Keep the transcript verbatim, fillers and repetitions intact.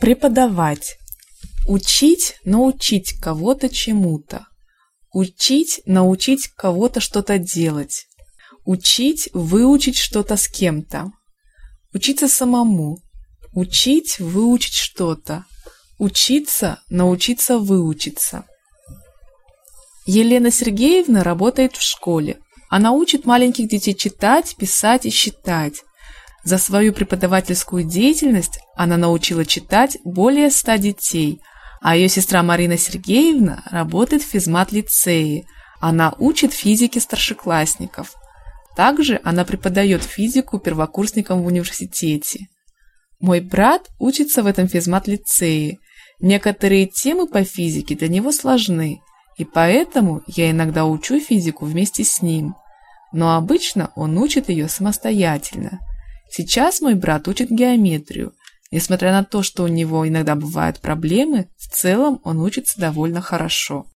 Преподавать. Учить, научить кого-то чему-то. Учить, научить кого-то что-то делать. Учить, выучить что-то с кем-то. Учиться самому. Учить, выучить что-то. Учиться, научиться выучиться. Елена Сергеевна работает в школе. Она учит маленьких детей читать, писать и считать. За свою преподавательскую деятельность она научила читать более ста детей, а ее сестра Марина Сергеевна работает в физмат-лицее. Она учит физике старшеклассников. Также она преподает физику первокурсникам в университете. Мой брат учится в этом физмат-лицее. Некоторые темы по физике для него сложны, и поэтому я иногда учу физику вместе с ним. Но обычно он учит ее самостоятельно. Сейчас мой брат учит геометрию. Несмотря на то, что у него иногда бывают проблемы, в целом он учится довольно хорошо.